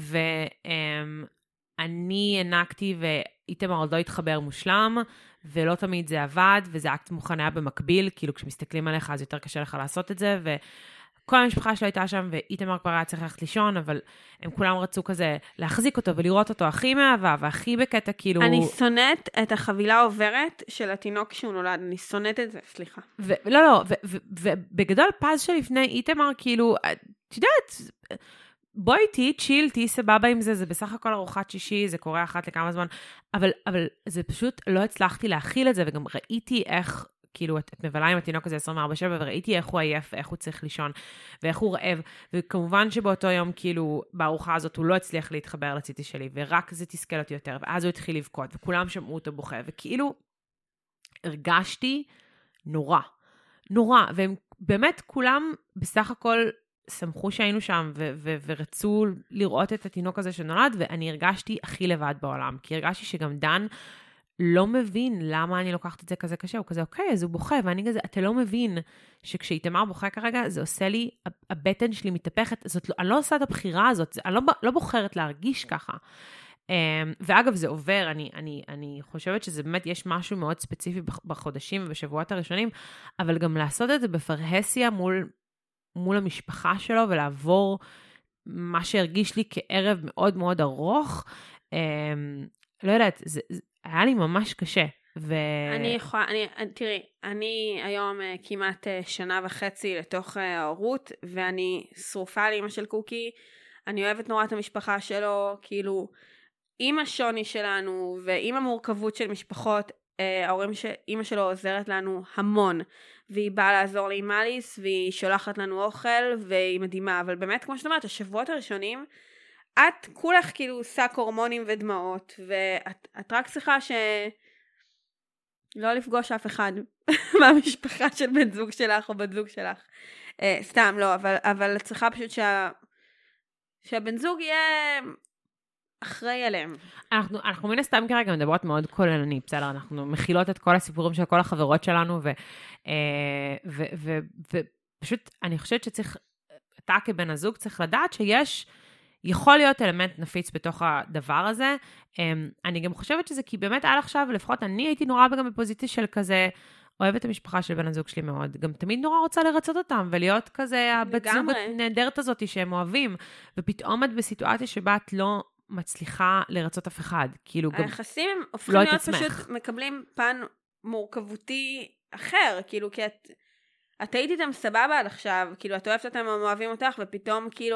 ואני הענקתי, ואיתמר עוד לא התחבר מושלם, ולא תמיד זה עבד, וזה אקט מוכן היה במקביל, כאילו כשמסתכלים עליך, אז יותר קשה לך לעשות את זה, כל המשפחה שלו הייתה שם, ואיתמר כבר היה צריך ללכת לישון, אבל הם כולם רצו כזה להחזיק אותו ולראות אותו הכי מאהבה, והכי בקטע כאילו... אני שונאת את החבילה עוברת של התינוק כשהוא נולד, אני שונאת את זה, סליחה. לא, ובגדול פז שלפני איתמר, כאילו, את יודעת, בואי תהי צ'יל, תהי סבבה עם זה, זה בסך הכל ארוחת שישי, זה קורה אחת לכמה זמן, אבל זה פשוט לא הצלחתי להכיל את זה, וגם ראיתי איך... כאילו, את מבלה עם התינוק הזה 24/7, וראיתי איך הוא עייף, ואיך הוא צריך לישון, ואיך הוא רעב, וכמובן שבאותו יום, כאילו, בארוחה הזאת, הוא לא הצליח להתחבר לציטי שלי, ורק זה תסכל אותי יותר, ואז הוא התחיל לבכות, וכולם שמעו אותו בוכה, וכאילו, הרגשתי נורא, והם באמת כולם, בסך הכל, שמחו שהיינו שם, ורצו לראות את התינוק הזה שנולד, ואני הרגשתי הכי לבד בעולם, כי הרגשתי שגם דן, לא מבין למה אני לוקחת את זה כזה קשה, הוא כזה, אוקיי, אז הוא בוכה, ואני כזה, אתה לא מבין שכשאיתמר בוכה כרגע, זה עושה לי, הבטן שלי מתהפכת, אני לא עושה את הבחירה הזאת, אני לא בוחרת להרגיש ככה. ואגב, זה עובר, אני חושבת שזה באמת, יש משהו מאוד ספציפי בחודשים ובשבועות הראשונים, אבל גם לעשות את זה בפרהסיה מול המשפחה שלו, ולעבור מה שהרגיש לי כערב מאוד מאוד ארוך, לא יודעת, היה לי ממש קשה. תראי, אני היום כמעט 1.5 שנה לתוך ההורות, ואני שרופה על אמא של קוקי, אני אוהבת נורא את המשפחה שלו, כאילו, עם השוני שלנו, ועם המורכבות של משפחות, אמא שלו עוזרת לנו המון, והיא באה לעזור לי עם אליס, והיא שולחת לנו אוכל, והיא מדהימה, אבל באמת, כמו שאת אומרת, השבועות הראשונים, את כולך כאילו שק הורמונים ודמעות, ואת רק צריכה לא לפגוש אף אחד מהמשפחה של בן זוג שלך או בת זוג שלך. סתם, לא, אבל את צריכה פשוט שהבן זוג יהיה אחראי עליהם. אנחנו מן הסתם כרגע מדברות מאוד כוללני, בסדר, אנחנו מכילות את כל הסיפורים של כל החברות שלנו, ופשוט אני חושבת שצריך, אתה כבן הזוג צריך לדעת שיש, יכול להיות אלמנט נפיץ בתוך הדבר הזה. אני גם חושבת שזה כי באמת עד עכשיו, לפחות אני הייתי נורא גם בפוזיציה של כזה, אוהבת את המשפחה של בן הזוג שלי מאוד, גם תמיד נורא רוצה לרצות אותם, ולהיות כזה הבת זוג הנהדרת הזאת שהם אוהבים, ופתאום את בסיטואציה שבה את לא מצליחה לרצות אף אחד, כאילו גם היחסים הופכים להיות פשוט מקבלים פן מורכבותי אחר, כאילו כי את היית איתם סבבה עד עכשיו, כאילו את אוהבת אותם, הם אוהבים אותך, ופתאום כאילו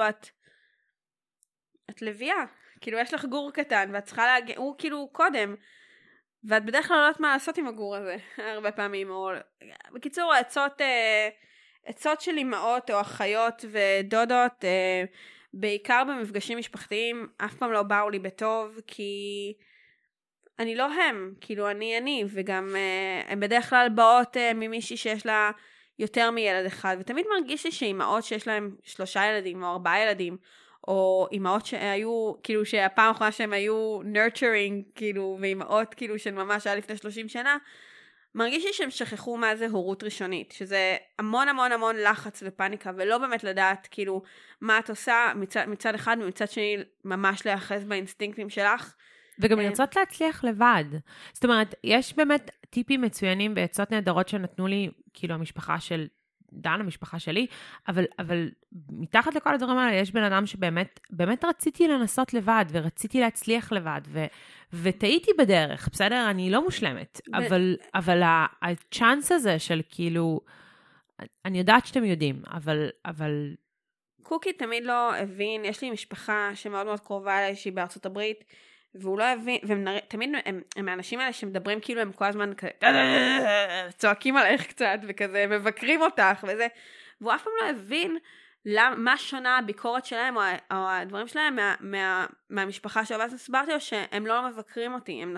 את לביאה, כאילו יש לך גור קטן, ואת צריכה הוא כאילו קודם, ואת בדרך כלל לא יודעת מה לעשות עם הגור הזה, הרבה פעמים, או בקיצור, עצות של אמהות או אחיות ודודות, בעיקר במפגשים משפחתיים, אף פעם לא באו לי בטוב, כי אני לא הם, כאילו אני, וגם הן בדרך כלל באות ממישהי שיש לה יותר מילד אחד, ותמיד מרגיש לי שאמהות שיש להם 3 ילדים או 4 ילדים, או אמהות שהיו, כאילו שהפעם האחרונה שהם היו nurturing, כאילו, ואמהות כאילו של ממש היה לפני 30 שנה, מרגיש לי שהם שכחו מה זה הורות ראשונית, שזה המון המון המון לחץ ופניקה, ולא באמת לדעת כאילו מה את עושה מצד אחד, ומצד שני ממש להיאחז באינסטינקטים שלך. וגם לרצות להצליח לבד. זאת אומרת, יש באמת טיפים מצוינים בעצות נהדרות שנתנו לי, כאילו המשפחה של דן, המשפחה שלי, אבל מתחת לכל הדברים האלה, יש בן אדם שבאמת, באמת רציתי לנסות לבד, ורציתי להצליח לבד, וטעיתי בדרך, בסדר? אני לא מושלמת, אבל הצ'אנס הזה של כאילו, אני יודעת שאתם יודעים, אבל... קוקי תמיד לא הבין, יש לי משפחה שמאוד מאוד קרובה אליי, שהיא בארצות הברית, והוא לא הבין, ותמיד הם האנשים האלה שמדברים כאילו הם כל הזמן כזה, צועקים עליך קצת, וכזה מבקרים אותך, וזה, והוא אף פעם לא הבין מה שונה הביקורת שלהם, או הדברים שלהם מהמשפחה שלו, ואז הסברתי לו שהם לא מבקרים אותי, הם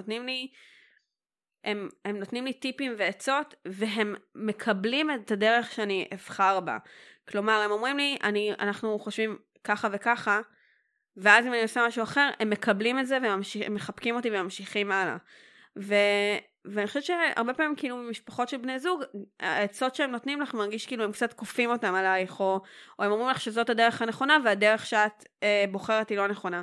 נותנים לי טיפים ועצות, והם מקבלים את הדרך שאני אבחר בה. כלומר, הם אומרים לי, אנחנו חושבים ככה וככה, ואז אם אני עושה משהו אחר, הם מקבלים את זה, והם מחבקים אותי וממשיכים הלאה. ואני חושבת שהרבה פעמים, כאילו, משפחות של בני זוג, העצות שהם נותנים לך, מרגיש כאילו הם קצת כופים אותם עלייך, או הם אומרים לך שזאת הדרך הנכונה, והדרך שאת בוחרת היא לא נכונה.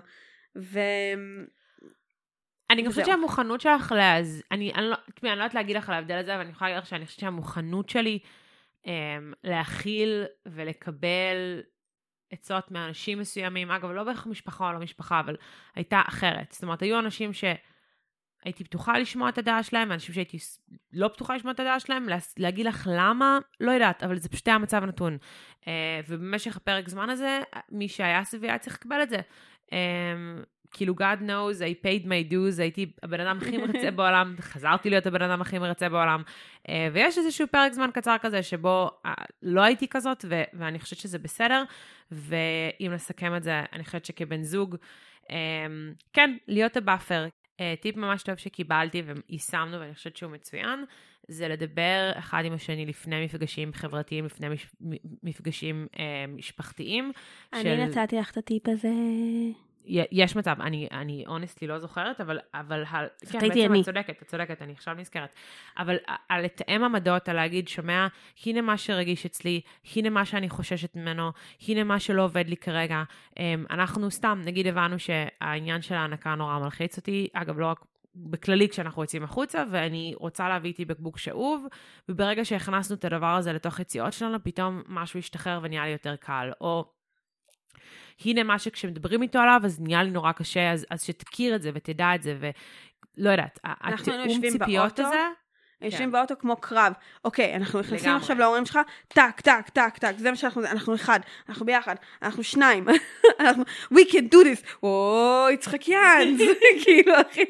אני גם חושבת שהמוכנות שלך, אני לא יודעת להגיד לך על ההבדל הזה, אבל אני יכולה להגיד לך שאני חושבת שהמוכנות שלי להכיל ולקבל עצות מאנשים מסוימים, אגב, לא בערך משפחה או לא משפחה, אבל הייתה אחרת. זאת אומרת, היו אנשים שהייתי פתוחה לשמוע את הדעה שלהם, ואנשים שהייתי לא פתוחה לשמוע את הדעה שלהם, להגיד לך למה, לא יודעת, אבל זה פשוט היה המצב הנתון. ובמשך הפרק זמן הזה, מי שהיה סביבי היה צריך לקבל את זה. כאילו, God knows, I paid my dues, הייתי הבן אדם הכי מרצה בעולם, חזרתי להיות הבן אדם הכי מרצה בעולם, ויש איזשהו פרק זמן קצר כזה, שבו לא הייתי כזאת, ואני חושבת שזה בסדר, ואם נסכם את זה, אני חושבת שכבן זוג, כן, להיות הבאפר, טיפ ממש טוב שקיבלתי ויישמנו, ואני חושבת שהוא מצוין, זה לדבר אחד עם השני לפני מפגשים חברתיים, לפני מפגשים משפחתיים. אני נתתי לך את הטיפ הזה. יש מצב, אני honestly לא זוכרת, אבל כן, בעצם את צודקת, אני עכשיו נזכרת. אבל על לתאם עמדות, על להגיד, שומע, הנה מה שרגיש אצלי, הנה מה שאני חוששת ממנו, הנה מה שלא עובד לי כרגע. אנחנו סתם, נגיד, הבנו שהעניין של ההנקה נורא מלחיץ אותי, אגב, לא רק בכללי כשאנחנו יוצאים החוצה, ואני רוצה להביא איתי בקבוק שאוב, וברגע שהכנסנו את הדבר הזה לתוך יציאות שלנו, פתאום משהו ישתחרר ונהיה לי יותר קל, או הנה מה שכשמדברים איתו עליו, אז נהיה לי נורא קשה, אז שתכיר את זה ותדע את זה, ולא יודעת, התאום ציפיות הזה, יושבים באוטו כמו קרב. אוקיי, אנחנו נכנסים עכשיו להורים שלך, טק, טק, טק, טק, זה מה אנחנו אחד, אנחנו ביחד, אנחנו שניים, we can do this, יצחקיין, כאילו, אחי,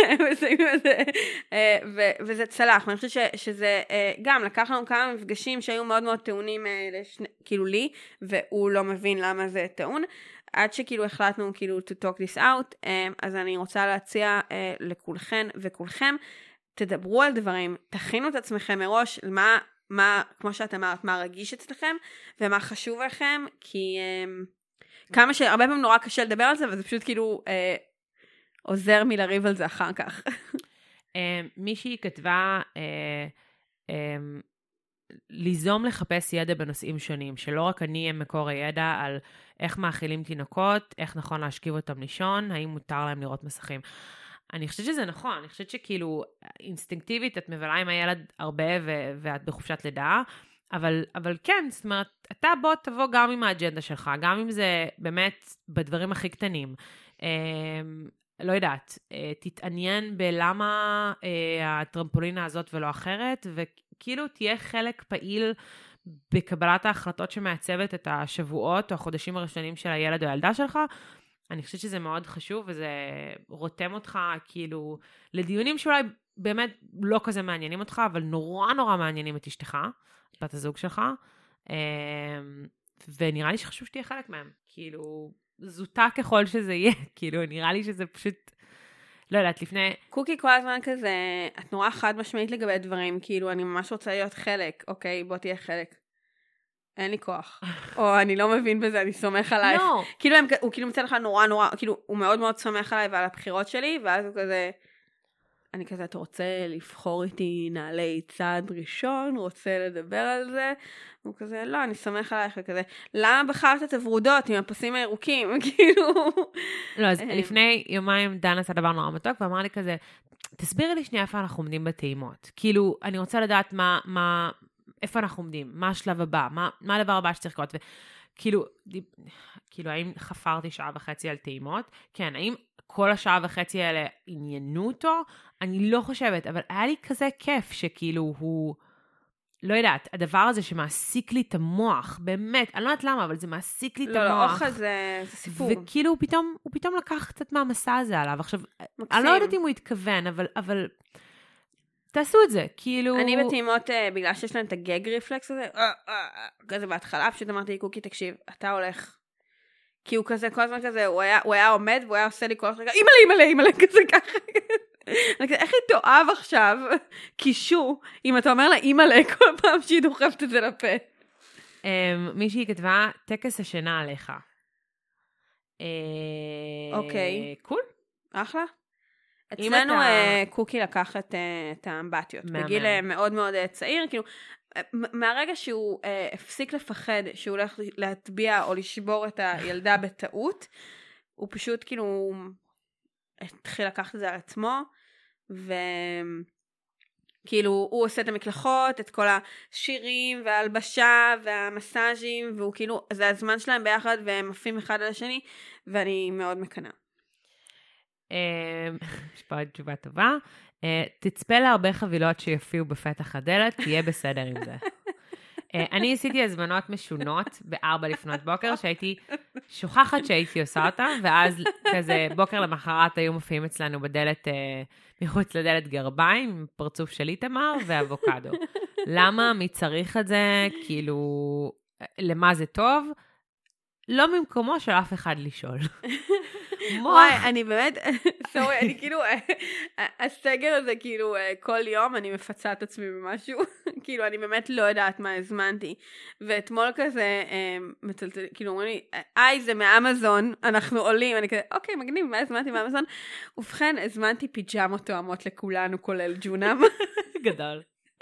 וזה צלח, ואני חושבת שזה גם, לקח לנו כמה מפגשים שהיו מאוד מאוד טעונים, כאילו לי, והוא לא מבין למה זה טעון, עד שכאילו החלטנו כאילו to talk this out, אז אני רוצה להציע לכולכן וכולכם, תדברו על דברים, תכינו את עצמכם מראש, כמו שאת אמרת, מה רגיש אצלכם, ומה חשוב לכם, כי כמה שהרבה פעמים נורא קשה לדבר על זה, וזה פשוט כאילו עוזר מלריב על זה אחר כך. מישהי כתבה, ליזום לחפש ידע בנושאים שונים, שלא רק אני אהיה מקור הידע על איך מאכילים תינוקות, איך נכון להשכיב אותם לישון, האם מותר להם לראות מסכים. אני חושבת שזה נכון, אני חושבת שכאילו אינסטינקטיבית את מבלה עם הילד הרבה ואת בחופשת לידה, אבל כן, זאת אומרת, אתה תבוא גם עם האג'נדה שלך, גם אם זה באמת בדברים הכי קטנים. לא יודעת, תתעניין בלמה הטרמפולינה הזאת ולא אחרת, וכאילו תהיה חלק פעיל בקבלת ההחלטות שמעצבת את השבועות או החודשים הראשונים של הילד או הילדה שלך. אני חושבת שזה מאוד חשוב, וזה רותם אותך כאילו לדיונים שאולי באמת לא כזה מעניינים אותך, אבל נורא נורא מעניינים את אשתך, בת הזוג שלך, ונראה לי שחשוב שתהיה חלק מהם, כאילו זוטה ככל שזה יהיה, כאילו נראה לי שזה פשוט, לא יודעת, לפני... קוקי כל הזמן כזה, את נורא חד משמעית לגבי דברים, כאילו אני ממש רוצה להיות חלק, אוקיי, בוא תהיה חלק. אין לי כוח. או אני לא מבין בזה, אני סומך עלייך. לא. כאילו הוא כאילו מצא לך נורא, כאילו הוא מאוד מאוד סומך עליי ועל הבחירות שלי, ואז הוא כזה, אני כזה, אתה רוצה לבחור איתי נעלי צעד ראשון, רוצה לדבר על זה? הוא כזה, לא, אני סומך עלייך וכזה, למה בחרת את הוורודות עם הפסים הירוקים? כאילו... לא, אז לפני יומיים דן עשה דבר נורא מתוק, ואמר לי כזה, תסבירי לי שנייה איפה אנחנו עומדים בטעימות. כאילו, אני רוצה לדעת איפה אנחנו עומדים? מה השלב הבא? מה הדבר הבא שצריך לקרות? וכאילו, האם חפרתי 1.5 שעה על טעימות? כן, האם כל 1.5 שעה האלה עניינו אותו? אני לא חושבת, אבל היה לי כזה כיף שכאילו הוא, לא יודעת, הדבר הזה שמעסיק לי את המוח, באמת, אני לא יודעת למה, אבל זה מעסיק לי את המוח. לא, אוכל זה סיפור. וכאילו הוא פתאום לקח קצת מהמסע הזה עליו. עכשיו, אני לא יודעת אם הוא התכוון, אבל תעשו את זה, כאילו... אני בטעימות, בגלל שיש להם את הגג ריפלקס הזה, כזה בהתחלה, פשוט אמרתי, קוקי, תקשיב, אתה הולך. כי הוא כזה, כל הזמן כזה, הוא היה עומד, והוא היה עושה לי כל הזמן, אימא'לה, כזה ככה. איך היא תאהב עכשיו קישור, אם אתה אומר לה אימא'לה כל פעם שהיא דוחפת את זה לפה. מישהי כתבה, טקס השינה עליך. אוקיי. קול. אחלה. אצלנו קוקי לקח את האמבטיות, בגיל מאוד מאוד צעיר, כאילו, מהרגע שהוא הפסיק לפחד שהוא הולך להטביע או לשבור את הילדה בטעות, הוא פשוט כאילו התחיל לקחת את זה על עצמו, וכאילו הוא עושה את המקלחות, את כל השירים וההלבשה והמסאז'ים, והוא כאילו, זה הזמן שלהם ביחד והם עפים אחד על השני, ואני מאוד מקנה. יש פה עוד תשובה טובה. תצפה להרבה חבילות שיופיעו בפתח הדלת, תהיה בסדר עם זה. אני עשיתי הזמנות משונות ב4 לפנות בוקר, שהייתי שוכחת שהייתי עושה אותה, ואז כזה בוקר למחרת היו מופיעים אצלנו בדלת, מחוץ לדלת גרביים, עם פרצוף של איתמר ואבוקדו. למה? מי צריך את זה? כאילו, למה זה טוב? לא ממקומו של אף אחד לשאול. וואי, אני באמת, סורי, אני כאילו, הסגר הזה, כאילו, כל יום אני מפצה את עצמי במשהו, כאילו, אני באמת לא יודעת מה הזמנתי, ואתמול כזה, כאילו, אומרים לי, זה מאמזון, אנחנו עולים, אני כזה, אוקיי, מגניב, מה הזמנתי מאמזון? ובכן, הזמנתי פיג'מות תואמות לכולנו, כולל ג'ונם. גדול.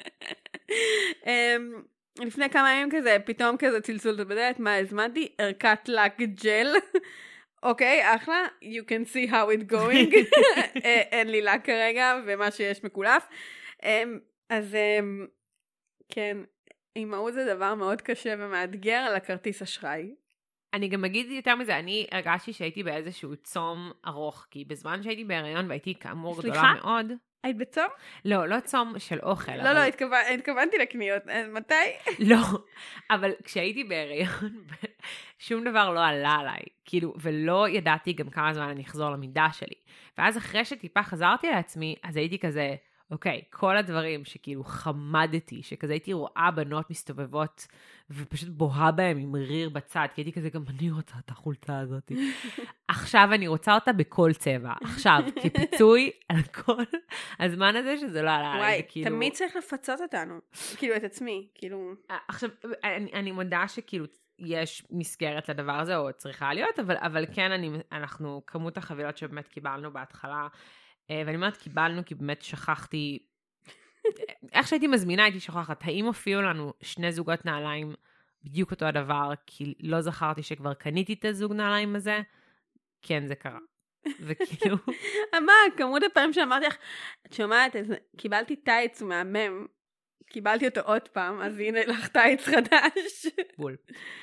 לפני כמה ימים כזה, פתאום כזה צלצול בדלת, מה הזמנתי? ערכת לק ג'ל. אוקיי, אחלה, you can see how it going. אין לי לק כרגע, ומה שיש מקולף. אז כן, אימהות זה דבר מאוד קשה ומאתגר על הכרטיס אשראי. אני גם אגיד יותר מזה, אני הרגשתי שהייתי באיזשהו צום ארוך, כי בזמן שהייתי בהיריון והייתי כאמור גדולה מאוד. היית בצום? לא צום של אוכל. לא, התכוונתי לקניות. מתי? לא, אבל כשהייתי בהיריון, שום דבר לא עלה עליי, כאילו, ולא ידעתי גם כמה זמן אני אחזור למידה שלי. ואז אחרי שטיפה חזרתי לעצמי, אז הייתי כזה, אוקיי, כל הדברים שכאילו חמדתי, שכזה הייתי רואה בנות מסתובבות, ופשוט בוהה בהם עם ריר בצד, כי הייתי כזה, גם אני רוצה את החולצה הזאת. עכשיו אני רוצה אותה בכל צבע. עכשיו, כפיצוי על כל הזמן הזה שזה לא עלה. וואי, תמיד צריך לפצות אותנו. כאילו, את עצמי, כאילו... עכשיו, אני מודה שכאילו, יש מסגרת לדבר הזה, או צריכה להיות, אבל כן, אנחנו, כמות החבילות שבאמת קיבלנו בהתחלה, ואני אומרת, קיבלנו, כי באמת שכחתי, איך שהייתי מזמינה, הייתי שוכחת, האם הופיעו לנו 2 זוגות נעליים בדיוק אותו הדבר, כי לא זכרתי שכבר קניתי את הזוג נעליים הזה, כן, זה קרה. וכאילו... מה, כמות הפעמים שאמרתי לך, את שומעת, קיבלתי טייץ מהמם, קיבלתי אותו עוד פעם, אז הנה לך טייץ חדש. בול.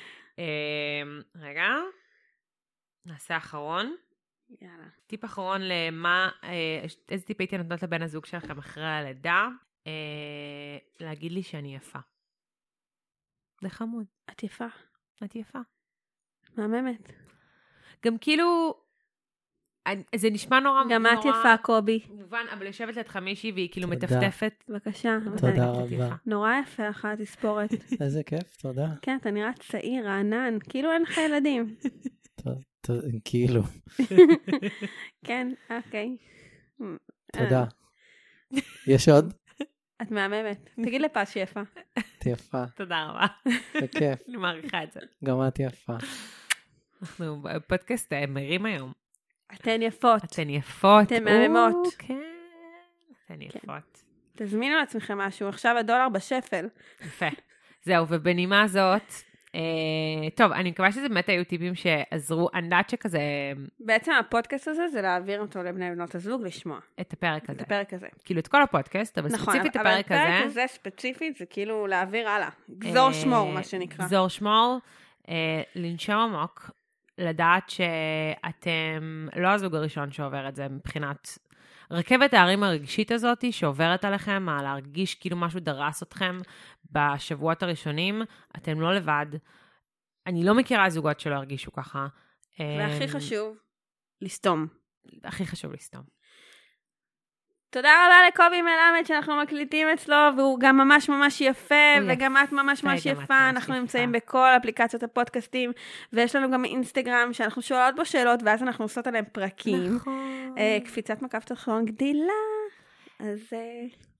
רגע, נעשה אחרון. יאללה. טיפ אחרון למה, איזה טיפ הייתי נותנת לבן הזוג שלכם אחרי הלידה? להגיד לי שאני יפה. זה חמוד. את יפה. את יפה. מהממת. גם כאילו, זה נשמע נורא... גם את יפה, קובי. מובן, אבל יושבת לידך מישהי והיא כאילו מטפטפת. בבקשה. תודה רבה. נורא יפה לך, תספורת. איזה כיף, תודה. כן, אתה נראה צעיר, רענן, כאילו אין לך ילדים. כאילו. כן, אוקיי. תודה. יש עוד? את מהממת. תגיד לפס שיפה. את יפה. תודה רבה. זה כיף. אני מעריכה את זה. גם את יפה. אנחנו בפודקאסט מרים היום. אתן יפות. אתן יפות. אתן מהממות. כן. אתן יפות. תזמינו לעצמכם משהו. עכשיו $1 בשפל. יפה. זהו, ובנימה זאת, טוב, אני מקווה שזה באמת היו טיפים שעזרו, אני יודעת שכזה... בעצם הפודקאסט הזה זה להעביר אותו לבני ובנות הזוג לשמוע. את הפרק הזה. את הפרק הזה. כאילו את כל הפודקאסט, אבל נכון, ספציפית אבל הפרק הזה. הפרק הזה ספציפית זה כאילו להעביר הלאה. גזור שמור, מה שנקרא. גזור שמור, לנשום עמוק, לדעת שאתם לא הזוג הראשון שעובר את זה מבחינת רכבת הערים הרגשית הזאת שעוברת עליכם, על להרגיש כאילו משהו דרס אתכם בשבועות הראשונים, אתם לא לבד. אני לא מכירה זוגות שלא הרגישו ככה. והכי חשוב, לסתום. הכי חשוב לסתום. תודה רבה לקובי מלמד שאנחנו מקליטים אצלו, והוא גם ממש ממש יפה, וגם את ממש ממש יפה. אנחנו נמצאים בכל אפליקציות הפודקאסטים, ויש לנו גם אינסטגרם שאנחנו שואלות בו שאלות, ואז אנחנו עושות עליהם פרקים. נכון. קפיצת מקף תחתון גדילה. אז